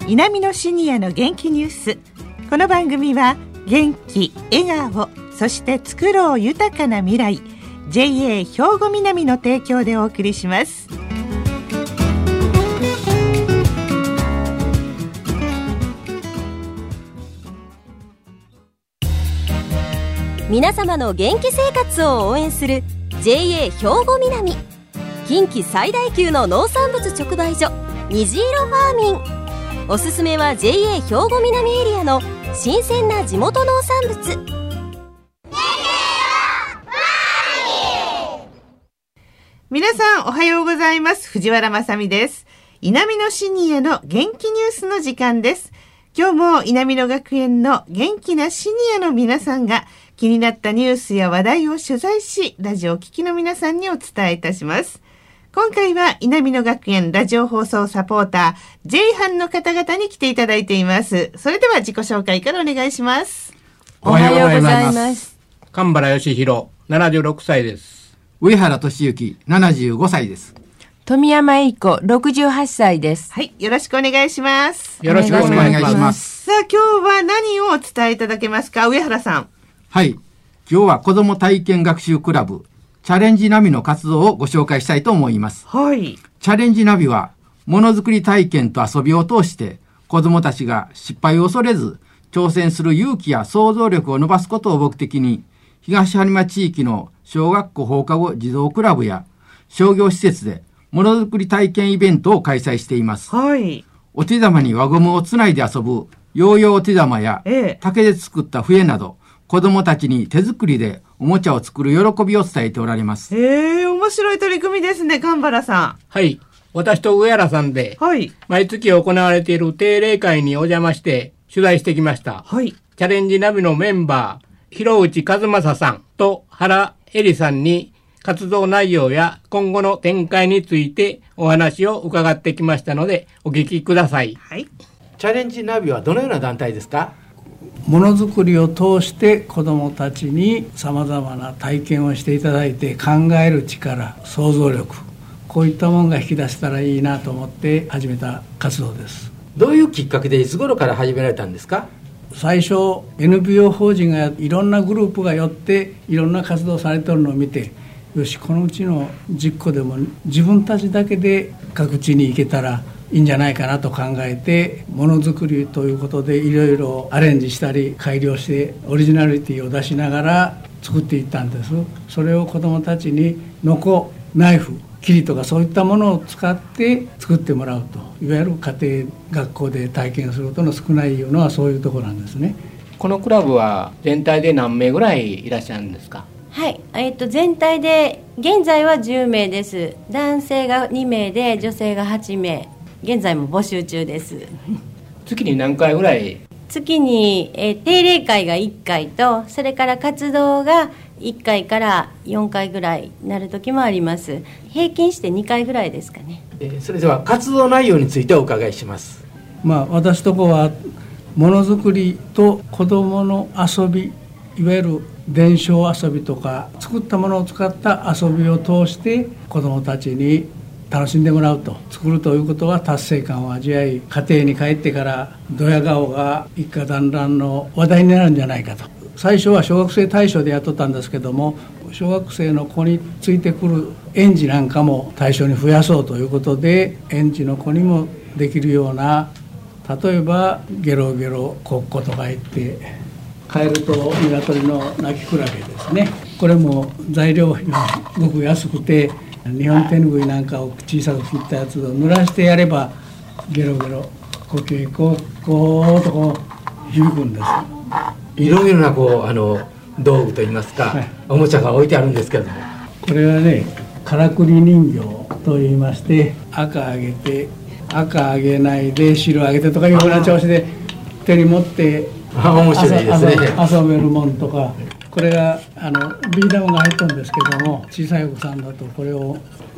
南のシニアの元気ニュース。この番組は元気、笑顔、そして作ろう豊かな未来、 JA 兵庫南の提供でお送りします。 皆様の元気生活を応援する JA 兵庫南、近畿最大級の農産物直売所虹色ファーミン。おすすめは JA 兵庫南エリアの新鮮な地元農産物。 皆さんおはようございます。藤原まさみです。南のシニアの元気ニュースの時間です。今日も南野学園の元気なシニアの皆さんが気になったニュースや話題を取材し、ラジオを聴きの皆さんにお伝えいたします。今回は南野学園ラジオ放送サポーター J 班の方々に来ていただいています。それでは自己紹介からお願いします。 おはようございます。神原義弘、76歳です。 上原俊之、75歳です。 富山栄子、68歳です。 はい、よろしくお願いします。 よろしくお願いします。 さあ、今日は何をお伝えいただけますか、上原さん。 はい、今日は子ども体験学習クラブチャレンジナビの活動をご紹介したいと思います。 はい。 チャレンジナビはものづくり体験と遊びを通して子どもたちが失敗を恐れず挑戦する勇気や想像力を伸ばすことを目的に、東播磨地域の小学校放課後児童クラブや商業施設でものづくり体験イベントを開催しています。 はい。 お手玉に輪ゴムをつないで遊ぶヨーヨーお手玉や、竹で作った笛など、子どもたちに手作りでおもちゃを作る喜びを伝えておられます。 面白い取り組みですね、神原さん。 はい、私と上原さんで、 はい、 毎月行われている定例会にお邪魔して取材してきました。 はい、 チャレンジナビのメンバー広内和正さんと原恵里さんに活動内容や今後の展開についてお話を伺ってきましたのでお聞きください。 はい。 チャレンジナビはどのような団体ですか？ ものづくりを通して子どもたちにさまざまな体験をしていただいて、考える力、想像力、こういったものが引き出せたらいいなと思って始めた活動です。 どういうきっかけでいつ頃から始められたんですか？ 最初 NPO 法人がいろんなグループが寄っていろんな活動されているのを見て、よし、このうちの10個でも自分たちだけで各地に行けたらいいんじゃないかなと考えて、ものづくりということでいろいろアレンジしたり改良してオリジナリティを出しながら作っていったんです。それを子どもたちにノコ、ナイフ、キリとかそういったものを使って作ってもらうと、いわゆる家庭学校で体験することの少ないのはそういうところなんですね。 このクラブは全体で何名ぐらいいらっしゃるんですか？ はい、全体で現在は10名です。男性が2名で女性が8名、現在も募集中です。 月に何回ぐらい？ 月に、定例会が1回と、それから活動が1回から4回ぐらいになる時もあります。平均して2回ぐらいですかね。 それでは活動内容についてお伺いします。 私とこはものづくりと子どもの遊び、いわゆる伝承遊びとか作ったものを使った遊びを通して子どもたちに楽しんでもらうと。作るということは達成感を味わい、家庭に帰ってからドヤ顔が一家団らんの話題になるんじゃないかと。最初は小学生対象でやっとったんですけども、小学生の子についてくる園児なんかも対象に増やそうということで、園児の子にもできるような、例えばゲロゲロコッコとか言ってカエルと鶏の鳴き比べですね。これも材料費がごく安くて、日本手ぬぐいなんかを小さく切ったやつを濡らしてやればゲロゲロコケコッコとこう響くんです。 いろいろな道具といいますか、おもちゃが置いてあるんですけども、 これはね、からくり人形といいまして、赤あげて赤あげないで白あげてとかいうような調子で手に持って面白いですね。 遊べるもんとか、これがビー玉が入ったんですけども、小さいお子さんだとこれを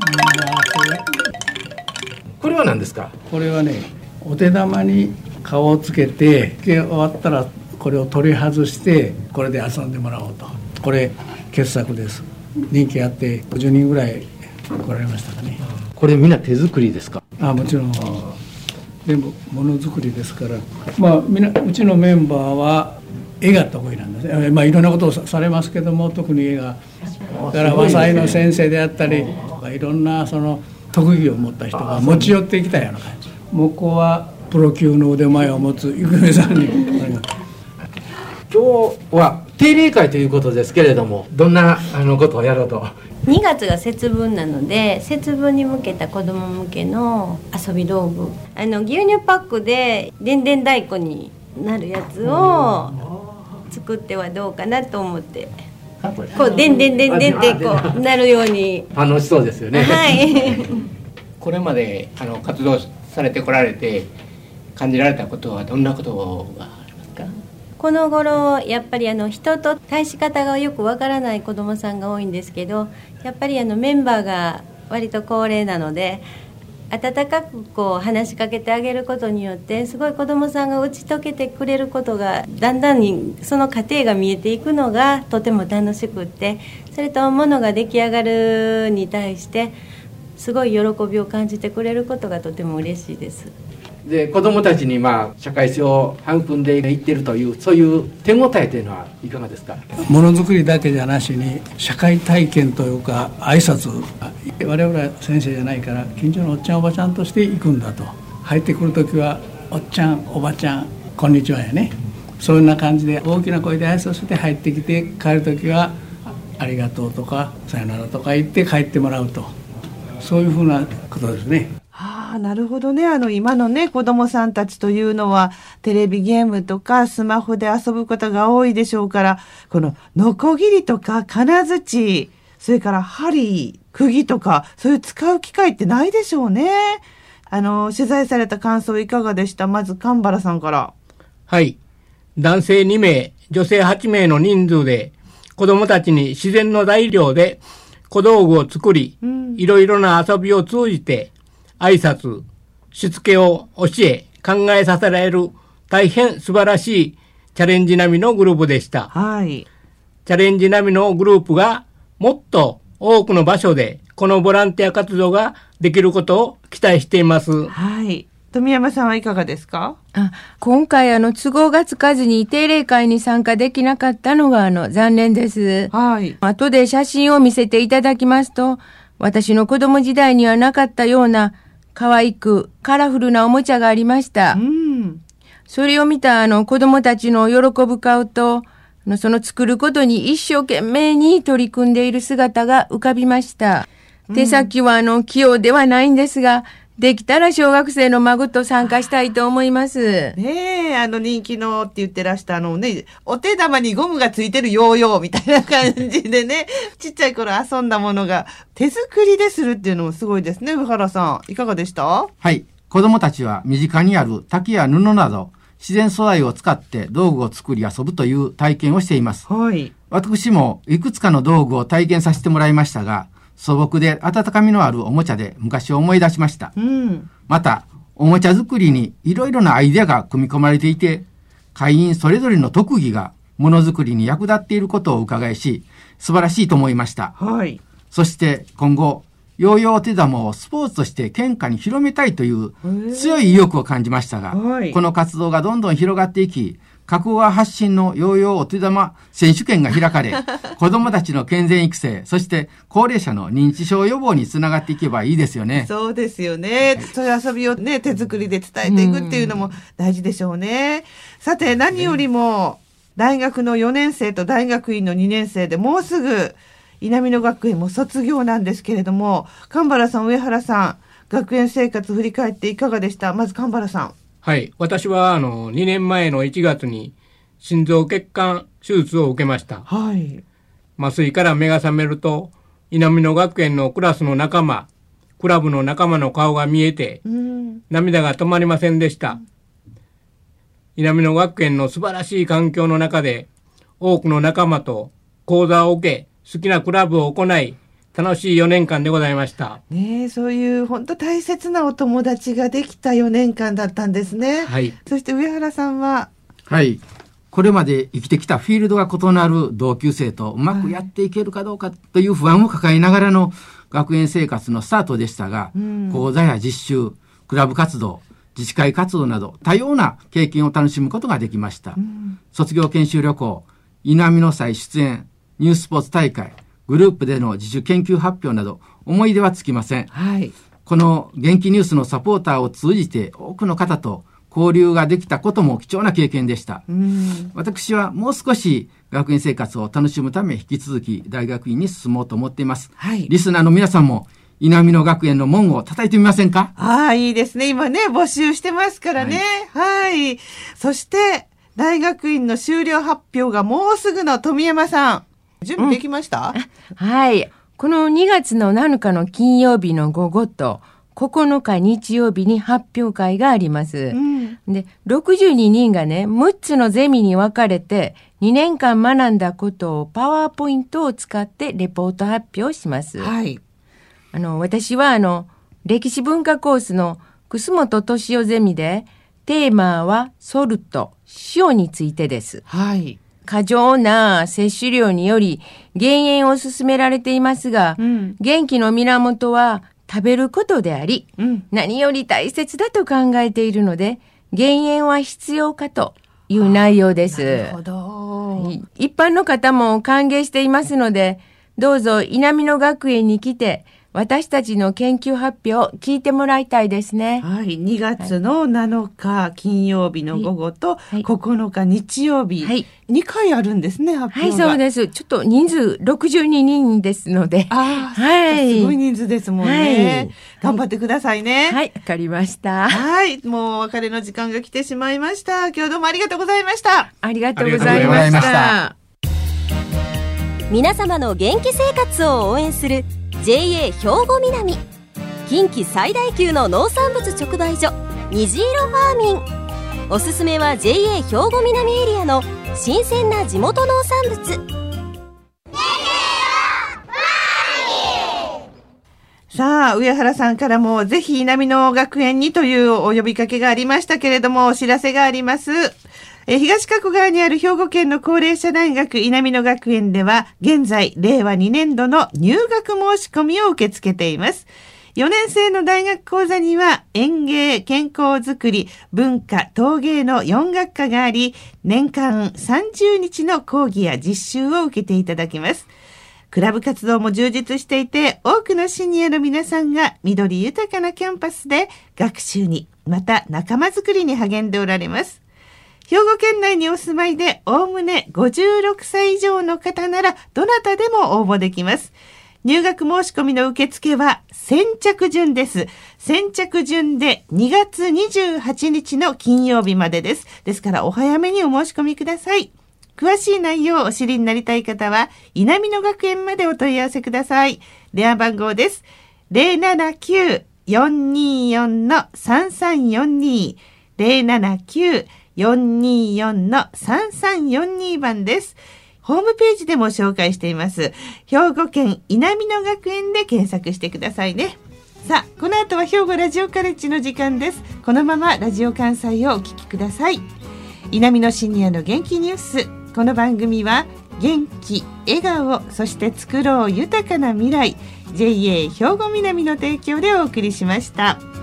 これは何ですか？ これはね、お手玉に顔をつけて終わったらこれを取り外してこれで遊んでもらおうと。これ傑作です。人気あって50人ぐらい来られましたかね。 これみんな手作りですか？ もちろん全部ものづくりですから、うちのメンバーは絵が得意なんですね。いろんなことをされますけども、特に絵がから和裁の先生であったり、いろんなその特技を持った人が持ち寄ってきたような感じ。向こうはプロ級の腕前を持つゆくめさんに今日は定例会ということですけれども、どんなことをやろうと。 2月が節分なので、節分に向けた子ども向けの遊び道具、牛乳パックででんでん太鼓になるやつを作ってはどうかなと思って、こうでんでんでんでんってこうなるように。 楽しそうですよね。 はいこれまで活動されてこられて感じられたことはどんなことがありますか？ この頃やっぱり人と対し方がよくわからない子どもさんが多いんですけど、やっぱりメンバーが割と高齢なので、温かくこう話しかけてあげることによってすごい子どもさんが打ち解けてくれることが、だんだんにその過程が見えていくのがとても楽しくって、それとものが出来上がるに対してすごい喜びを感じてくれることがとても嬉しいです。 で、子どもたちに社会性を育んでいっているという、そういう手応えというのはいかがですか？ ものづくりだけじゃなしに社会体験というか挨拶、我々は先生じゃないから近所のおっちゃんおばちゃんとして行くんだと。入ってくるときはおっちゃんおばちゃんこんにちはやね、そういうような感じで大きな声で挨拶して入ってきて、帰るときはありがとうとかさよならとか言って帰ってもらうと、そういうふうなことですね。 なるほどね。今のね、子供さんたちというのは、テレビゲームとかスマホで遊ぶことが多いでしょうから、この、ノコギリとか金槌、それから針、釘とか、そういう使う機会ってないでしょうね。取材された感想いかがでした？まず、神原さんから。 はい。男性2名、女性8名の人数で、子供たちに自然の材料で小道具を作り、いろいろな遊びを通じて、挨拶、しつけを教え、考えさせられる大変素晴らしいチャレンジ並みのグループでした。 はい。 チャレンジ並みのグループがもっと多くの場所でこのボランティア活動ができることを期待しています。 はい。富山さんはいかがですか？ 今回都合がつかずに定例会に参加できなかったのが残念です。 はい。 後で写真を見せていただきますと、私の子供時代にはなかったような可愛くカラフルなおもちゃがありました。それを見た子供たちの喜ぶ顔と、その作ることに一生懸命に取り組んでいる姿が浮かびました。手先は器用ではないんですが、できたら小学生の孫と参加したいと思います。 ねえ、人気のって言ってらしたお手玉にゴムがついてるヨーヨーみたいな感じでね、ちっちゃい頃遊んだものが手作りでするっていうのもすごいですね。上原さん、いかがでした？ はい。子供たちは身近にある竹や布など、自然素材を使って道具を作り遊ぶという体験をしています。 はい。 私もいくつかの道具を体験させてもらいましたが、素朴で温かみのあるおもちゃで昔を思い出しました。また、おもちゃ作りにいろいろなアイデアが組み込まれていて、会員それぞれの特技がものづくりに役立っていることを伺いし、素晴らしいと思いました。 はい。 そして今後、ヨーヨー手玉をスポーツとして県下に広めたいという強い意欲を感じましたが、この活動がどんどん広がっていき、加古川発信のヨーヨーお手玉選手権が開かれ、子どもたちの健全育成、そして高齢者の認知症予防につながっていけばいいですよね。 そうですよね。そういう遊びをね、手作りで伝えていくっていうのも大事でしょうね。さて、何よりも、大学の4年生と大学院の2年生でもうすぐ、稲美野学園も卒業なんですけれども、神原さん、上原さん、学園生活振り返っていかがでした？まず神原さん。 はい。私は、2年前の1月に心臓血管手術を受けました。 はい。 麻酔から目が覚めると、稲美野学園のクラスの仲間、クラブの仲間の顔が見えて、涙が止まりませんでした。稲美野学園の素晴らしい環境の中で、多くの仲間と講座を受け、好きなクラブを行い、楽しい4年間でございました。 ねえ、そういう本当大切なお友達ができた4年間だったんですね。 はい。 そして上原さんは？ はい。これまで生きてきたフィールドが異なる同級生とうまくやっていけるかどうかという不安を抱えながらの学園生活のスタートでしたが、講座や実習、クラブ活動、 自治会活動など多様な経験を楽しむことができました。卒業研修旅行、稲美の祭出演、ニュースポーツ大会、グループでの自主研究発表など思い出はつきません。 はい。 この元気ニュースのサポーターを通じて多くの方と交流ができたことも貴重な経験でした。私はもう少し学園生活を楽しむため引き続き大学院に進もうと思っています。 はい。 リスナーの皆さんも稲美野学園の門を叩いてみませんか？ ああ、いいですね。今ね、募集してますからね。はい。はい。そして、大学院の修了発表がもうすぐの富山さん。準備できました？ はい。この2月の7日の金曜日の午後と9日日曜日に発表会があります。で、62人がね、6つのゼミに分かれて2年間学んだことをパワーポイントを使ってレポート発表します。 はい。 私は歴史文化コースの楠本敏夫ゼミで、テーマはソルト、塩についてです。 はい。 過剰な摂取量により減塩を進められていますが、元気の源は食べることであり、何より大切だと考えているので、減塩は必要かという内容です。 なるほど。 一般の方も歓迎していますので、どうぞ稲美野学園に来て、私たちの研究発表を聞いてもらいたいですね。 はい。2月の7日金曜日の午後と9日日曜日。はい。2回あるんですね、発表が。 はい、そうです。ちょっと人数62人ですので。 ああ、はい。すごい人数ですもんね。はい、頑張ってくださいね。 はい、わかりました。 はい。もうお別れの時間が来てしまいました。今日どうもありがとうございました。 ありがとうございました。 皆様の元気生活を応援するJA 兵庫南、近畿最大級の農産物直売所虹色ファーミン。おすすめは JA 兵庫南エリアの新鮮な地元農産物。 さあ、上原さんからもぜひ稲美野学園にというお呼びかけがありましたけれども、お知らせがあります。東加古川にある兵庫県の高齢者大学稲美野学園では、現在、令和2年度の入学申し込みを受け付けています。4年生の大学講座には、園芸、健康づくり、文化、陶芸の4学科があり、年間30日の講義や実習を受けていただきます。クラブ活動も充実していて、多くのシニアの皆さんが緑豊かなキャンパスで学習に、また仲間づくりに励んでおられます。兵庫県内にお住まいでおおむね56歳以上の方ならどなたでも応募できます。入学申し込みの受付は先着順です。先着順で2月28日の金曜日までです。ですからお早めにお申し込みください。詳しい内容をお知りになりたい方は稲美野学園までお問い合わせください。電話番号です。079-424-3342 079-424-3342番です。ホームページでも紹介しています。兵庫県稲美野学園で検索してくださいね。さあ、この後は兵庫ラジオカレッジの時間です。このままラジオ関西をお聞きください。稲美野シニアの元気ニュース。この番組は元気、笑顔、そして作ろう豊かな未来 JA 兵庫南の提供でお送りしました。